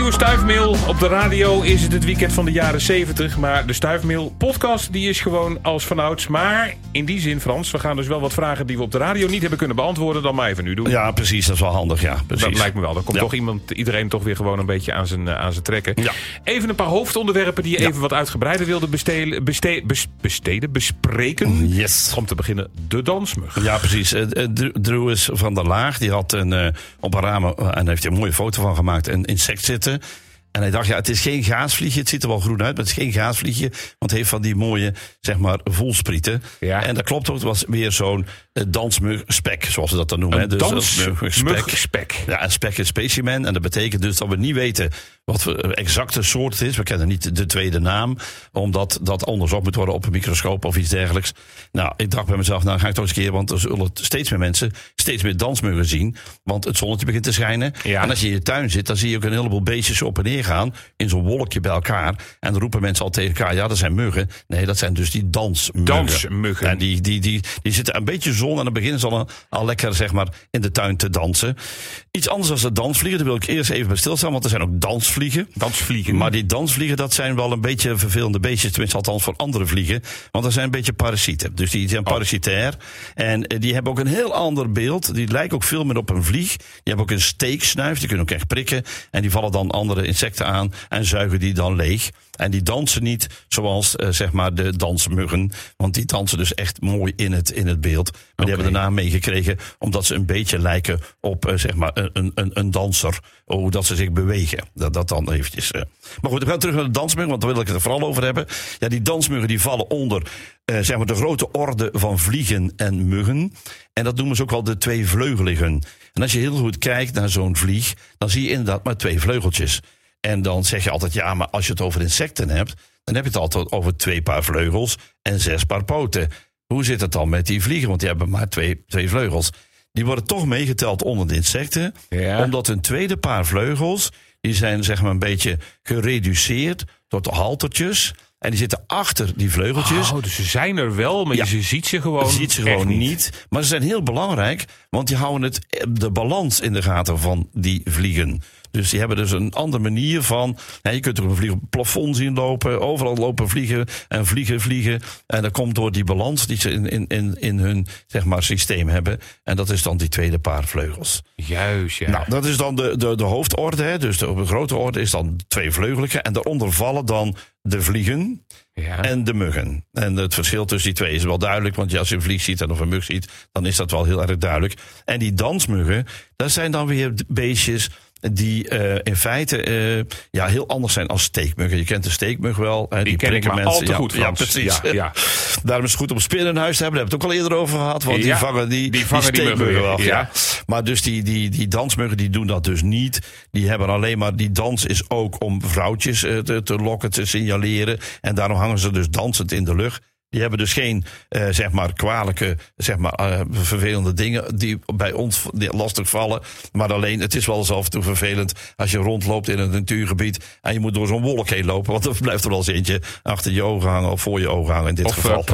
nieuwe Stuifmeel. Op de radio is het weekend van de jaren 70. Maar de Stuifmeel podcast die is gewoon als vanouds. Maar in die zin, Frans, we gaan dus wel wat vragen die we op de radio niet hebben kunnen beantwoorden. Dan maar even nu doen. Ja, precies. Dat is wel handig. Ja, precies. Dat lijkt me wel. Dan komt toch iedereen toch weer gewoon een beetje aan zijn trekken. Ja. Even een paar hoofdonderwerpen die je even wat uitgebreider wilde bespreken. Yes. Om te beginnen, de dansmug. Ja, precies. Drewes van der Laag, die had op een raam, en heeft hij een mooie foto van gemaakt, een insect zitten. En hij dacht, het is geen gaasvliegje. Het ziet er wel groen uit, maar het is geen gaasvliegje. Want het heeft van die mooie, zeg maar, voelsprieten. Ja. En dat klopt ook. Het was weer zo'n dansmugspek, zoals ze dat dan noemen. Een dansmugspek. Ja, een spek is specimen. En dat betekent dus dat we niet weten wat voor exacte soort het is. We kennen niet de tweede naam. Omdat dat onderzocht moet worden op een microscoop of iets dergelijks. Nou, ik dacht bij mezelf, ga ik toch eens een keer. Want er zullen steeds meer mensen steeds meer dansmuggen zien. Want het zonnetje begint te schijnen. Ja. En als je in je tuin zit, dan zie je ook een heleboel beestjes op en neer gaan in zo'n wolkje bij elkaar. En dan roepen mensen al tegen elkaar, ja, dat zijn muggen. Nee, dat zijn dus die dansmuggen. En die zitten een beetje zon en dan beginnen ze al lekker, zeg maar, in de tuin te dansen. Iets anders dan de dansvliegen, daar wil ik eerst even bij stilstaan, want er zijn ook dansvliegen. Maar die dansvliegen, dat zijn wel een beetje vervelende beestjes, tenminste althans voor andere vliegen. Want dat zijn een beetje parasieten. Dus die zijn parasitair. En die hebben ook een heel ander beeld. Die lijken ook veel meer op een vlieg. Die hebben ook een steeksnuif, die kunnen ook echt prikken. En die vallen dan andere insecten aan en zuigen die dan leeg. En die dansen niet zoals zeg maar de dansmuggen. Want die dansen dus echt mooi in het beeld. Maar die hebben de naam meegekregen omdat ze een beetje lijken op zeg maar een danser. Hoe dat ze zich bewegen. Dat dan eventjes. Maar goed, we gaan terug naar de dansmuggen, want daar wil ik het er vooral over hebben. Ja, die dansmuggen die vallen onder zeg maar de grote orde van vliegen en muggen. En dat noemen ze ook wel de tweevleugeligen. En als je heel goed kijkt naar zo'n vlieg, dan zie je inderdaad maar 2 vleugeltjes. En dan zeg je altijd, ja, maar als je het over insecten hebt, dan heb je het altijd over 2 paar vleugels en 6 paar poten. Hoe zit het dan met die vliegen? Want die hebben maar 2 vleugels. Die worden toch meegeteld onder de insecten, omdat een tweede paar vleugels, die zijn zeg maar een beetje gereduceerd tot haltertjes. En die zitten achter die vleugeltjes. Oh, dus ze zijn er wel, maar je ziet ze gewoon, niet. Maar ze zijn heel belangrijk, want die houden de balans in de gaten van die vliegen. Dus die hebben dus een andere manier van. Je kunt ook een vlieg op het plafond zien lopen. Overal lopen vliegen en vliegen. En dat komt door die balans die ze in hun zeg maar systeem hebben. En dat is dan die tweede paar vleugels. Juist, ja. Nou, dat is dan de hoofdorde. Hè. Dus de grote orde is dan 2 vleugelige. En daaronder vallen dan de vliegen en de muggen. En het verschil tussen die 2 is wel duidelijk. Want als je een vlieg ziet en of een mug ziet, dan is dat wel heel erg duidelijk. En die dansmuggen, dat zijn dan weer beestjes die in feite heel anders zijn als steekmuggen. Je kent de steekmug wel. Die ken ik maar al te goed, Frans. Ja, precies. Ja. Daarom is het goed om spinnen in huis te hebben. Daar hebben we het ook al eerder over gehad. Want die vangen die steekmuggen wel. Ja. Maar dus die dansmuggen die doen dat dus niet. Die hebben alleen maar, die dans is ook om vrouwtjes te lokken, te signaleren. En daarom hangen ze dus dansend in de lucht. Die hebben dus geen, zeg maar, kwalijke, zeg maar, vervelende dingen die bij ons lastig vallen. Maar alleen, het is wel eens af en toe vervelend als je rondloopt in een natuurgebiet en je moet door zo'n wolk heen lopen. Want er blijft er wel eens eentje achter je ogen hangen of voor je ogen hangen in dit geval.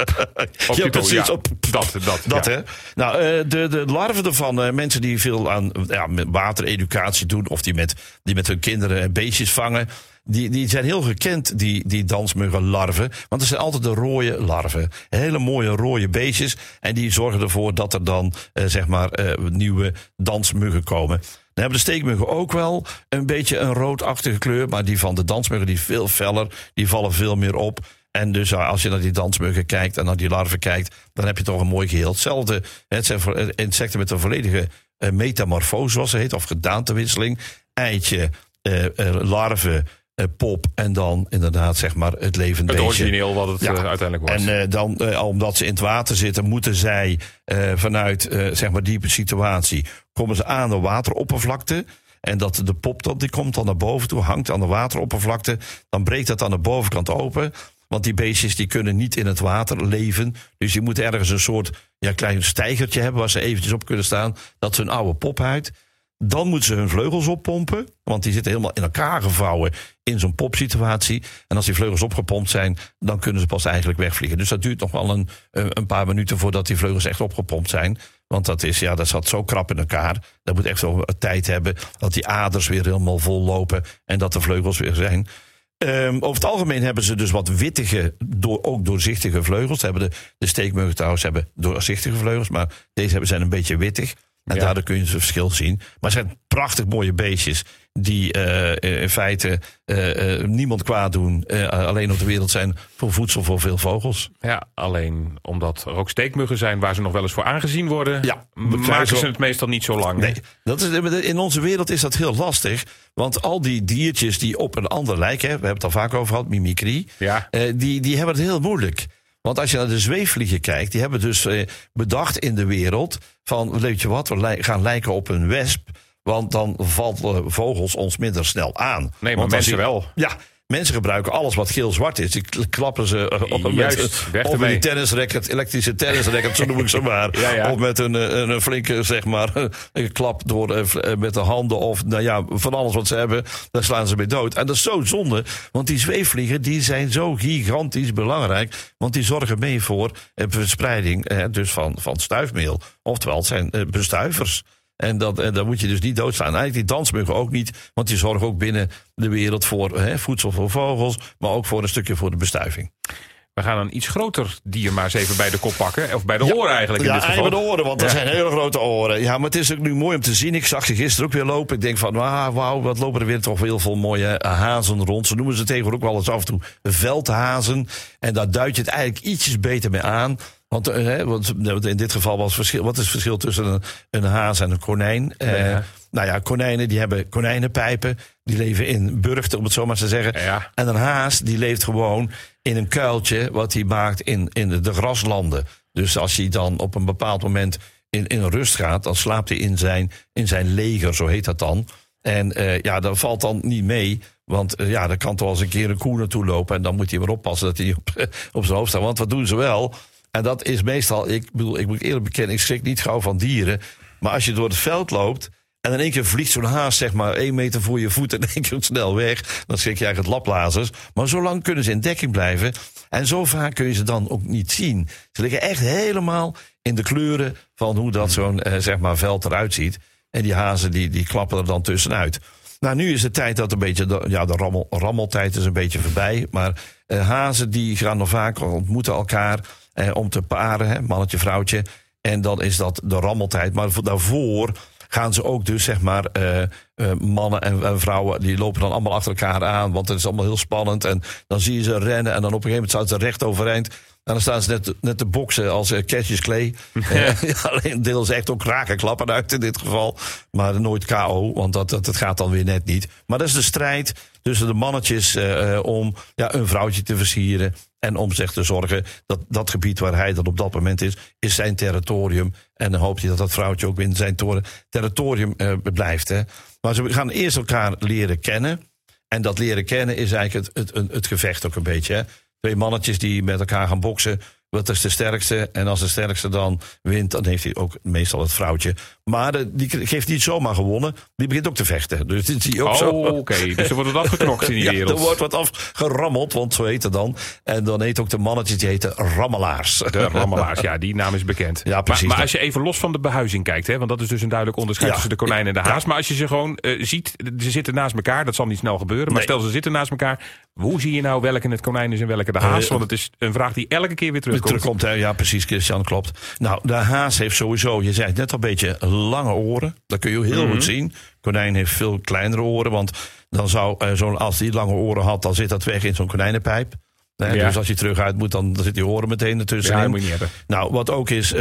Ja, precies. Dat hè. Nou, de larven ervan, mensen die veel aan watereducatie doen of die met hun kinderen beestjes vangen. Die zijn heel gekend, die dansmuggenlarven. Want er zijn altijd de rode larven. Hele mooie rode beestjes. En die zorgen ervoor dat er dan nieuwe dansmuggen komen. Dan hebben de steekmuggen ook wel een beetje een roodachtige kleur. Maar die van de dansmuggen die veel feller. Die vallen veel meer op. En dus als je naar die dansmuggen kijkt en naar die larven kijkt, dan heb je toch een mooi geheel. Hetzelfde, het zijn insecten met een volledige metamorfose, zoals ze heet. Of gedaantewisseling. Eitje, larve, pop en dan inderdaad zeg maar het levend beestje. Het origineel wat het uiteindelijk was. En dan omdat ze in het water zitten, moeten zij vanuit zeg maar diepe situatie komen ze aan de wateroppervlakte. En dat de pop die komt dan naar boven toe, hangt aan de wateroppervlakte. Dan breekt dat aan de bovenkant open. Want die beestjes die kunnen niet in het water leven. Dus je moet ergens een soort klein steigertje hebben waar ze eventjes op kunnen staan. Dat ze een oude pophuid. Dan moeten ze hun vleugels oppompen. Want die zitten helemaal in elkaar gevouwen in zo'n popsituatie. En als die vleugels opgepompt zijn, dan kunnen ze pas eigenlijk wegvliegen. Dus dat duurt nog wel een paar minuten voordat die vleugels echt opgepompt zijn. Want dat zat zo krap in elkaar. Dat moet echt wel tijd hebben dat die aders weer helemaal vol lopen. En dat de vleugels weer zijn. Over het algemeen hebben ze dus wat wittige, ook doorzichtige vleugels. De steekmuggen trouwens hebben doorzichtige vleugels. Maar deze zijn een beetje wittig. En daardoor kun je het verschil zien. Maar het zijn prachtig mooie beestjes. Die in feite niemand kwaad doen. Alleen op de wereld zijn voor voedsel voor veel vogels. Ja, alleen omdat er ook steekmuggen zijn waar ze nog wel eens voor aangezien worden. Ja, maken ze het meestal niet zo lang. Nee, in onze wereld is dat heel lastig. Want al die diertjes die op een ander lijken. We hebben het al vaak over gehad, mimicry. Ja. Die hebben het heel moeilijk. Want als je naar de zweefvliegen kijkt, die hebben dus bedacht in de wereld van, weet je wat, we gaan lijken op een wesp, want dan vallen vogels ons minder snel aan. Nee, maar mensen wel. Ja, mensen gebruiken alles wat geel-zwart is. Die klappen ze op met die tennisracket, elektrische tennisracket, zo noem ik ze maar. Ja. Of met een flinke, zeg maar, een klap door met de handen of van alles wat ze hebben, daar slaan ze mee dood. En dat is zo zonde, want die zweefvliegen die zijn zo gigantisch belangrijk, want die zorgen mee voor verspreiding dus van stuifmeel. Oftewel, het zijn bestuivers. En dan moet je dus niet doodslaan. Eigenlijk die dansmuggen ook niet. Want die zorgen ook binnen de wereld voor voedsel voor vogels. Maar ook voor een stukje voor de bestuiving. We gaan een iets groter dier maar eens even bij de kop pakken. Of bij de oren eigenlijk in dit geval. Ja, bij de oren, want dat zijn hele grote oren. Ja, maar het is ook nu mooi om te zien. Ik zag ze gisteren ook weer lopen. Ik denk van, wauw, wat lopen er weer toch heel veel mooie hazen rond. Ze noemen ze tegenwoordig ook wel eens af en toe veldhazen. En daar duid je het eigenlijk ietsjes beter mee aan. Want in dit geval was het verschil. Wat is het verschil tussen een haas en een konijn? Konijnen die hebben konijnenpijpen. Die leven in burchten, om het zo maar te zeggen. Ja. En een haas die leeft gewoon in een kuiltje wat hij maakt in de graslanden. Dus als hij dan op een bepaald moment in rust gaat, dan slaapt hij in zijn leger, zo heet dat dan. En dat valt dan niet mee. Want er kan toch wel eens een keer een koe naartoe lopen. En dan moet hij maar oppassen dat hij op zijn hoofd staat. Want wat doen ze wel? En dat is meestal, ik moet eerlijk bekennen, ik schrik niet gauw van dieren. Maar als je door het veld loopt en in één keer vliegt zo'n haas zeg maar 1 meter voor je voet en in één keer snel weg, dan schrik je eigenlijk het laplazers. Maar zo lang kunnen ze in dekking blijven. En zo vaak kun je ze dan ook niet zien. Ze liggen echt helemaal in de kleuren van hoe dat zo'n veld eruit ziet. En die hazen die klappen er dan tussenuit. Nou, nu is de tijd dat een beetje, de rammeltijd is een beetje voorbij. Maar hazen die gaan nog vaak, ontmoeten elkaar om te paren, mannetje, vrouwtje. En dan is dat de rammeltijd. Maar daarvoor gaan ze ook dus mannen en vrouwen, die lopen dan allemaal achter elkaar aan. Want het is allemaal heel spannend. En dan zie je ze rennen en dan op een gegeven moment staan ze recht overeind. En dan staan ze net te boksen als Cassius Clay. Alleen delen ze echt ook raken klappen uit in dit geval. Maar nooit KO, want dat gaat dan weer net niet. Maar dat is de strijd tussen de mannetjes om een vrouwtje te versieren. En om zich te zorgen dat gebied waar hij dan op dat moment is zijn territorium. En dan hoopt hij dat vrouwtje ook in zijn territorium blijft. Hè. Maar ze gaan eerst elkaar leren kennen. En dat leren kennen is eigenlijk het gevecht ook een beetje. Hè. 2 mannetjes die met elkaar gaan boksen. Wat is de sterkste? En als de sterkste dan wint, dan heeft hij ook meestal het vrouwtje. Maar die geeft niet zomaar gewonnen. Die begint ook te vechten. Dus dit zie je ook zo. Oké. Dus er wordt wat afgeknokt in die wereld. Er wordt wat afgerammeld, want zo heet het dan. En dan heet ook de mannetjes, die heten rammelaars. De rammelaars, ja, die naam is bekend. Ja, precies. Maar als je even los van de behuizing kijkt, hè, want dat is dus een duidelijk onderscheid tussen de konijn en de haas. Maar als je ze gewoon ziet, ze zitten naast elkaar. Dat zal niet snel gebeuren. Maar stel, ze zitten naast elkaar. Hoe zie je nou welke het konijn is en welke de haas? Want het is een vraag die elke keer weer terugkomt. Ja, precies, Christian, klopt. Nou, de haas heeft sowieso, je zei het net al, een beetje lange oren. Dat kun je heel goed zien. Konijn heeft veel kleinere oren, want dan zou als die lange oren had, dan zit dat weg in zo'n konijnenpijp. Dus als je terug uit moet, dan zit die oren meteen ertussen. Ja, dat moet je niet hebben. Nou, wat ook is,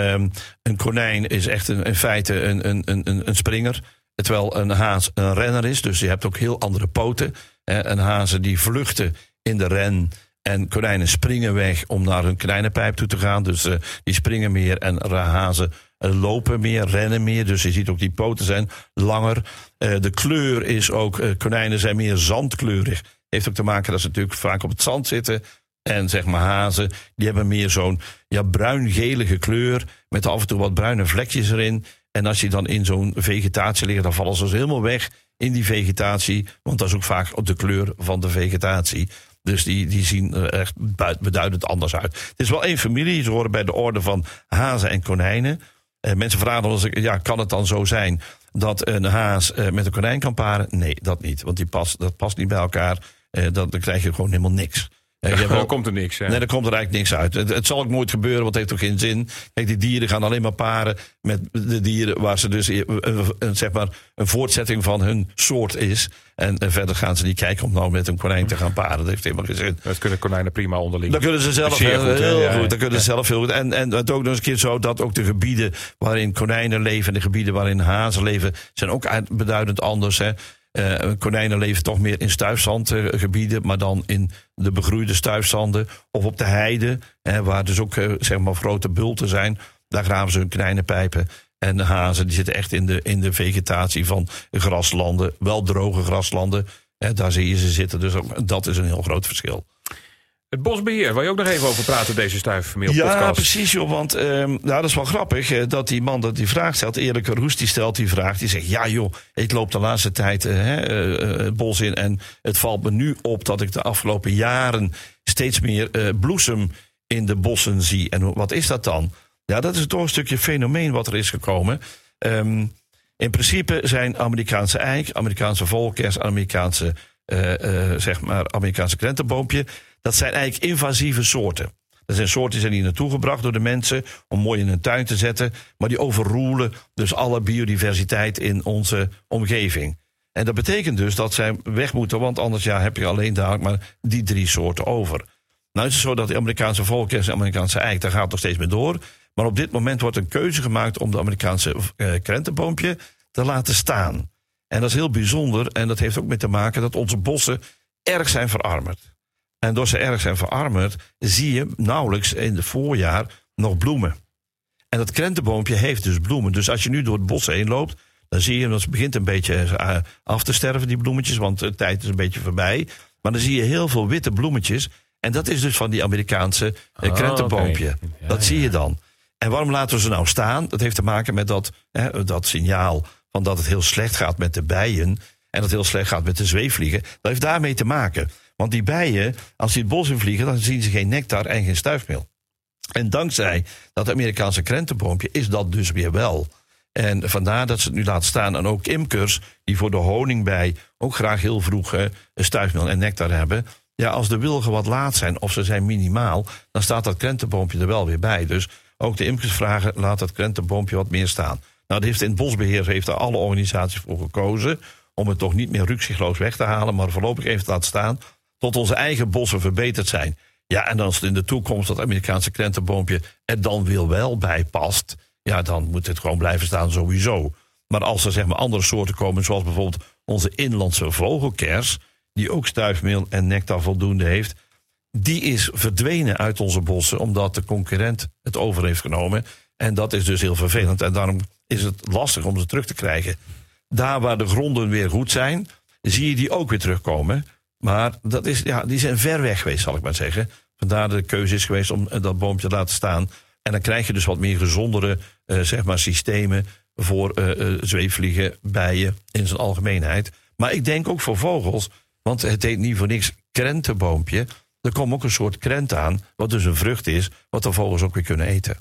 een konijn is echt in feite een springer. Terwijl een haas een renner is, dus je hebt ook heel andere poten. Een hazen die vluchten in de ren. En konijnen springen weg om naar hun konijnenpijp toe te gaan. Dus die springen meer en hazen lopen meer, rennen meer. Dus je ziet ook die poten zijn langer. De kleur is ook, konijnen zijn meer zandkleurig. Heeft ook te maken dat ze natuurlijk vaak op het zand zitten. En hazen, die hebben meer zo'n bruin-gelige kleur. Met af en toe wat bruine vlekjes erin. En als je dan in zo'n vegetatie ligt, dan vallen ze dus helemaal weg in die vegetatie. Want dat is ook vaak op de kleur van de vegetatie. Dus die zien er echt beduidend anders uit. Het is wel 1 familie. Ze horen bij de orde van hazen en konijnen. Mensen vragen ons, kan het dan zo zijn dat een haas met een konijn kan paren? Nee, dat niet. Want dat past niet bij elkaar. Dan krijg je gewoon helemaal niks. Dan komt er niks. Hè? Nee, dan komt er eigenlijk niks uit. Het zal ook nooit gebeuren, want het heeft ook geen zin. Kijk, die dieren gaan alleen maar paren met de dieren waar ze dus zeg maar een voortzetting van hun soort is. En verder gaan ze niet kijken om nou met een konijn te gaan paren. Dat heeft helemaal geen zin. Dat kunnen konijnen prima onderling. Dat kunnen ze zelf heel goed. Dat kunnen ze zelf heel goed. En het ook nog eens een keer zo dat ook de gebieden waarin konijnen leven en de gebieden waarin hazen leven zijn ook beduidend anders. Hè. Konijnen leven toch meer in stuifzandgebieden, maar dan in de begroeide stuifzanden of op de heide, waar dus ook zeg maar grote bulten zijn. Daar graven ze hun konijnenpijpen. En de hazen die zitten echt in de vegetatie van graslanden, wel droge graslanden. Daar zie je ze zitten, dus ook, dat is een heel groot verschil. Het bosbeheer, waar je ook nog even over praten, deze Stuifmeel-podcast. Ja, precies, joh. Want dat is wel grappig dat die man dat die vraag stelt. Erik Roes die stelt die vraag. Die zegt, ja joh, ik loop de laatste tijd het bos in. En het valt me nu op dat ik de afgelopen jaren steeds meer bloesem in de bossen zie. En wat is dat dan? Ja, dat is toch een stukje fenomeen wat er is gekomen. In principe zijn Amerikaanse eik, Amerikaanse volkers, Amerikaanse krentenboompje, dat zijn eigenlijk invasieve soorten. Dat zijn soorten die zijn hier naartoe gebracht door de mensen om mooi in hun tuin te zetten, maar die overroelen dus alle biodiversiteit in onze omgeving. En dat betekent dus dat zij weg moeten, want anders heb je alleen daar maar die 3 soorten over. Nou is het zo dat de Amerikaanse volkers en de Amerikaanse eik, daar gaat het nog steeds mee door. Maar op dit moment wordt een keuze gemaakt om de Amerikaanse krentenboompje te laten staan. En dat is heel bijzonder en dat heeft ook mee te maken dat onze bossen erg zijn verarmerd. En door ze erg zijn verarmerd zie je nauwelijks in het voorjaar nog bloemen. En dat krentenboompje heeft dus bloemen. Dus als je nu door het bos heen loopt, dan zie je dat het begint een beetje af te sterven, die bloemetjes, want de tijd is een beetje voorbij. Maar dan zie je heel veel witte bloemetjes. En dat is dus van die Amerikaanse krentenboompje. Okay. Ja, dat zie je dan. En waarom laten we ze nou staan? Dat heeft te maken met dat signaal van dat het heel slecht gaat met de bijen en dat het heel slecht gaat met de zweefvliegen. Dat heeft daarmee te maken. Want die bijen, als die het bos in vliegen, dan zien ze geen nectar en geen stuifmeel. En dankzij dat Amerikaanse krentenboompje is dat dus weer wel. En vandaar dat ze het nu laten staan. En ook imkers die voor de honingbij ook graag heel vroeg stuifmeel en nectar hebben. Ja, als de wilgen wat laat zijn of ze zijn minimaal, dan staat dat krentenboompje er wel weer bij. Dus ook de imkers vragen, laat dat krentenboompje wat meer staan. Nou, in het bosbeheer heeft er alle organisaties voor gekozen om het toch niet meer ruksigloos weg te halen, maar voorlopig even te laten staan tot onze eigen bossen verbeterd zijn. Ja, en als het in de toekomst dat Amerikaanse krentenboompje er dan weer wel bij past, ja, dan moet het gewoon blijven staan sowieso. Maar als er zeg maar andere soorten komen, zoals bijvoorbeeld onze inlandse vogelkers, die ook stuifmeel en nectar voldoende heeft, die is verdwenen uit onze bossen omdat de concurrent het over heeft genomen. En dat is dus heel vervelend. En daarom is het lastig om ze terug te krijgen. Daar waar de gronden weer goed zijn, zie je die ook weer terugkomen. Maar dat is, die zijn ver weg geweest, zal ik maar zeggen. Vandaar de keuze is geweest om dat boompje te laten staan. En dan krijg je dus wat meer gezondere systemen voor zweefvliegen, bijen in zijn algemeenheid. Maar ik denk ook voor vogels, want het heet niet voor niks krentenboompje. Er komt ook een soort krent aan, wat dus een vrucht is, wat de vogels ook weer kunnen eten.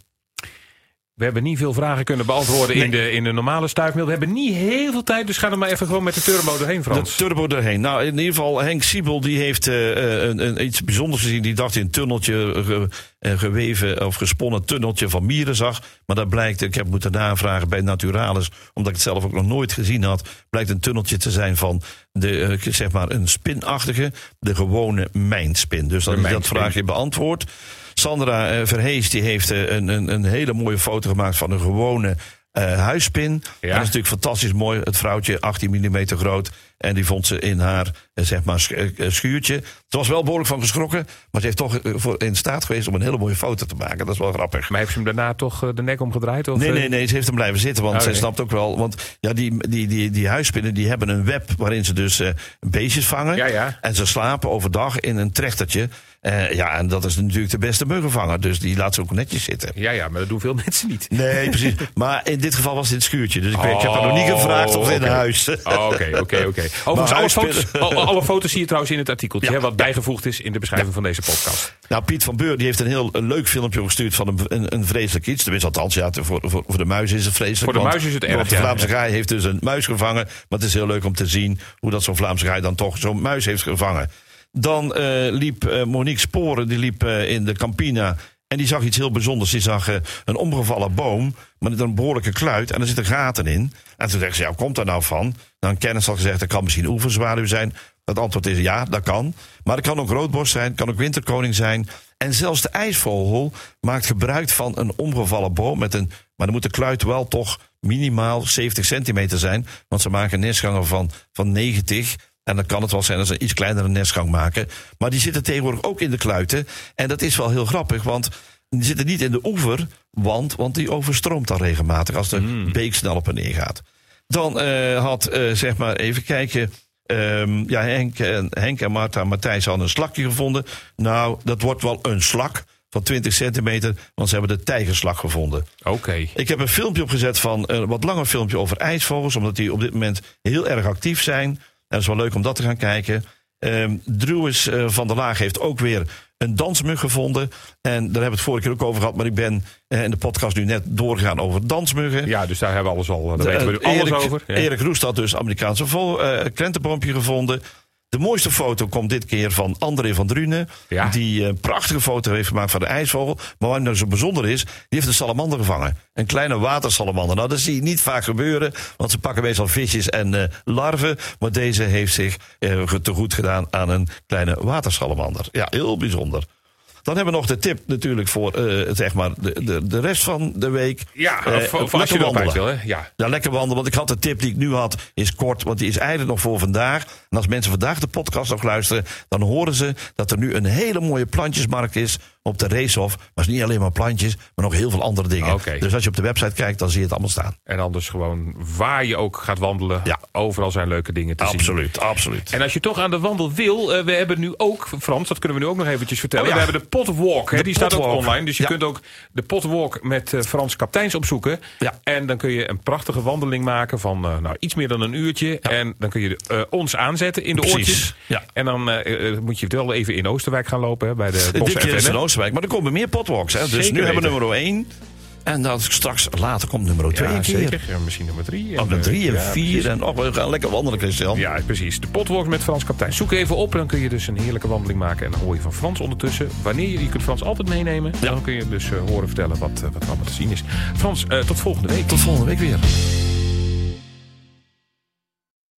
We hebben niet veel vragen kunnen beantwoorden in de normale stuifmeel. We hebben niet heel veel tijd, dus ga er maar even gewoon met de turbo doorheen, Frans. De turbo doorheen. Nou, in ieder geval, Henk Siebel die heeft iets bijzonders gezien. Die dacht in een tunneltje geweven of gesponnen tunneltje van mieren zag. Maar dat blijkt, ik heb moeten navragen bij Naturalis, omdat ik het zelf ook nog nooit gezien had, blijkt een tunneltje te zijn van zeg maar een spinachtige, de gewone mijnspin. Dus dan is dat vraagje beantwoord. Sandra Verhees die heeft een hele mooie foto gemaakt van een gewone huisspin. Ja. Dat is natuurlijk fantastisch mooi. Het vrouwtje 18 mm groot. En die vond ze in haar schuurtje. Ze was wel behoorlijk van geschrokken. Maar ze heeft toch in staat geweest om een hele mooie foto te maken. Dat is wel grappig. Maar heeft ze hem daarna toch de nek omgedraaid? Of? Nee, ze heeft hem blijven zitten. Want zij snapt ook wel. Want ja, die huisspinnen die hebben een web waarin ze dus beestjes vangen. Ja. En ze slapen overdag in een trechtertje. En dat is natuurlijk de beste muggenvanger. Dus die laat ze ook netjes zitten. Ja, maar dat doen veel mensen niet. Nee, precies. Maar in dit geval was dit het schuurtje. Dus ik heb haar nog niet gevraagd of in huis. Oké. Overigens, alle foto's zie je trouwens in het artikeltje. Wat bijgevoegd is in de beschrijving van deze podcast. Nou, Piet van Beur die heeft een heel leuk filmpje gestuurd van een vreselijk iets. Tenminste, althans, voor de muis is het vreselijk. Voor de muis is het erg, want de Vlaamse gaai heeft dus een muis gevangen. Maar het is heel leuk om te zien hoe dat zo'n Vlaamse gaai dan toch zo'n muis heeft gevangen. Dan liep Monique Sporen, die liep in de Campina. En die zag iets heel bijzonders. Die zag een omgevallen boom met een behoorlijke kluit. En er zitten gaten in. En toen dacht ze, hoe komt dat nou van? Nou, een kennis had gezegd, dat kan misschien oeverzwaluw zijn. Het antwoord is ja, dat kan. Maar het kan ook roodborst zijn, het kan ook winterkoning zijn. En zelfs de ijsvogel maakt gebruik van een omgevallen boom. Maar dan moet de kluit wel toch minimaal 70 centimeter zijn. Want ze maken nestgangen van 90. En dan kan het wel zijn dat ze een iets kleinere nestgang maken. Maar die zitten tegenwoordig ook in de kluiten. En dat is wel heel grappig, want die zitten niet in de oeverwand. Want die overstroomt dan regelmatig als de beek snel op en neer gaat. Dan zeg maar even kijken. Henk en Marta en Matthijs hadden een slakje gevonden. Nou, dat wordt wel een slak van 20 centimeter, want ze hebben de tijgerslak gevonden. Oké. Ik heb een filmpje opgezet van een wat langer filmpje over ijsvogels, omdat die op dit moment heel erg actief zijn. En het is wel leuk om dat te gaan kijken. Druis van der Laag heeft ook weer een dansmug gevonden. En daar hebben we het vorige keer ook over gehad. Maar ik ben in de podcast nu net doorgegaan over dansmuggen. Ja, dus daar hebben we alles al. Daar weten we alles over. Ja. Erik Roest had dus Amerikaanse krentenboompje gevonden. De mooiste foto komt dit keer van André van Drunen. Ja. Die een prachtige foto heeft gemaakt van de ijsvogel. Maar wat nou zo bijzonder is, die heeft een salamander gevangen. Een kleine watersalamander. Nou, dat zie je niet vaak gebeuren. Want ze pakken meestal visjes en larven. Maar deze heeft zich te goed gedaan aan een kleine watersalamander. Ja, heel bijzonder. Dan hebben we nog de tip natuurlijk voor zeg maar de rest van de week. Ja, als je erbij wil. Hè? Ja, lekker wandelen. Want ik had de tip die ik nu had, is kort. Want die is eigenlijk nog voor vandaag. En als mensen vandaag de podcast nog luisteren, dan horen ze dat er nu een hele mooie plantjesmarkt is op de Reeshof. Maar het is niet alleen maar plantjes, maar nog heel veel andere dingen. Okay. Dus als je op de website kijkt, dan zie je het allemaal staan. En anders gewoon waar je ook gaat wandelen. Ja. Overal zijn leuke dingen te zien. Absoluut. En als je toch aan de wandel wil, we hebben nu ook, Frans, dat kunnen we nu ook nog eventjes vertellen. We hebben de Potwalk, die staat ook online. Dus je kunt ook de Potwalk met Frans Kapteins opzoeken. Ja. En dan kun je een prachtige wandeling maken van iets meer dan een uurtje. Ja. En dan kun je ons aanzetten in de oortjes. Ja. En dan moet je wel even in Oosterwijk gaan lopen, bij de Bos en maar er komen meer potwalks. Hè? Dus nu hebben we nummer 1. En dan straks later komt nummer 2 een keer. Zeker. Ja, misschien nummer 3. Nummer 3 en 4. En we gaan lekker wandelen, Christian. Ja, precies. De Potwalks met Frans Kaptein. Zoek even op en dan kun je dus een heerlijke wandeling maken. En dan hoor je van Frans ondertussen. Wanneer je kunt Frans altijd meenemen. Ja. Dan kun je dus horen vertellen wat er allemaal te zien is. Frans, tot volgende week. Tot volgende week weer.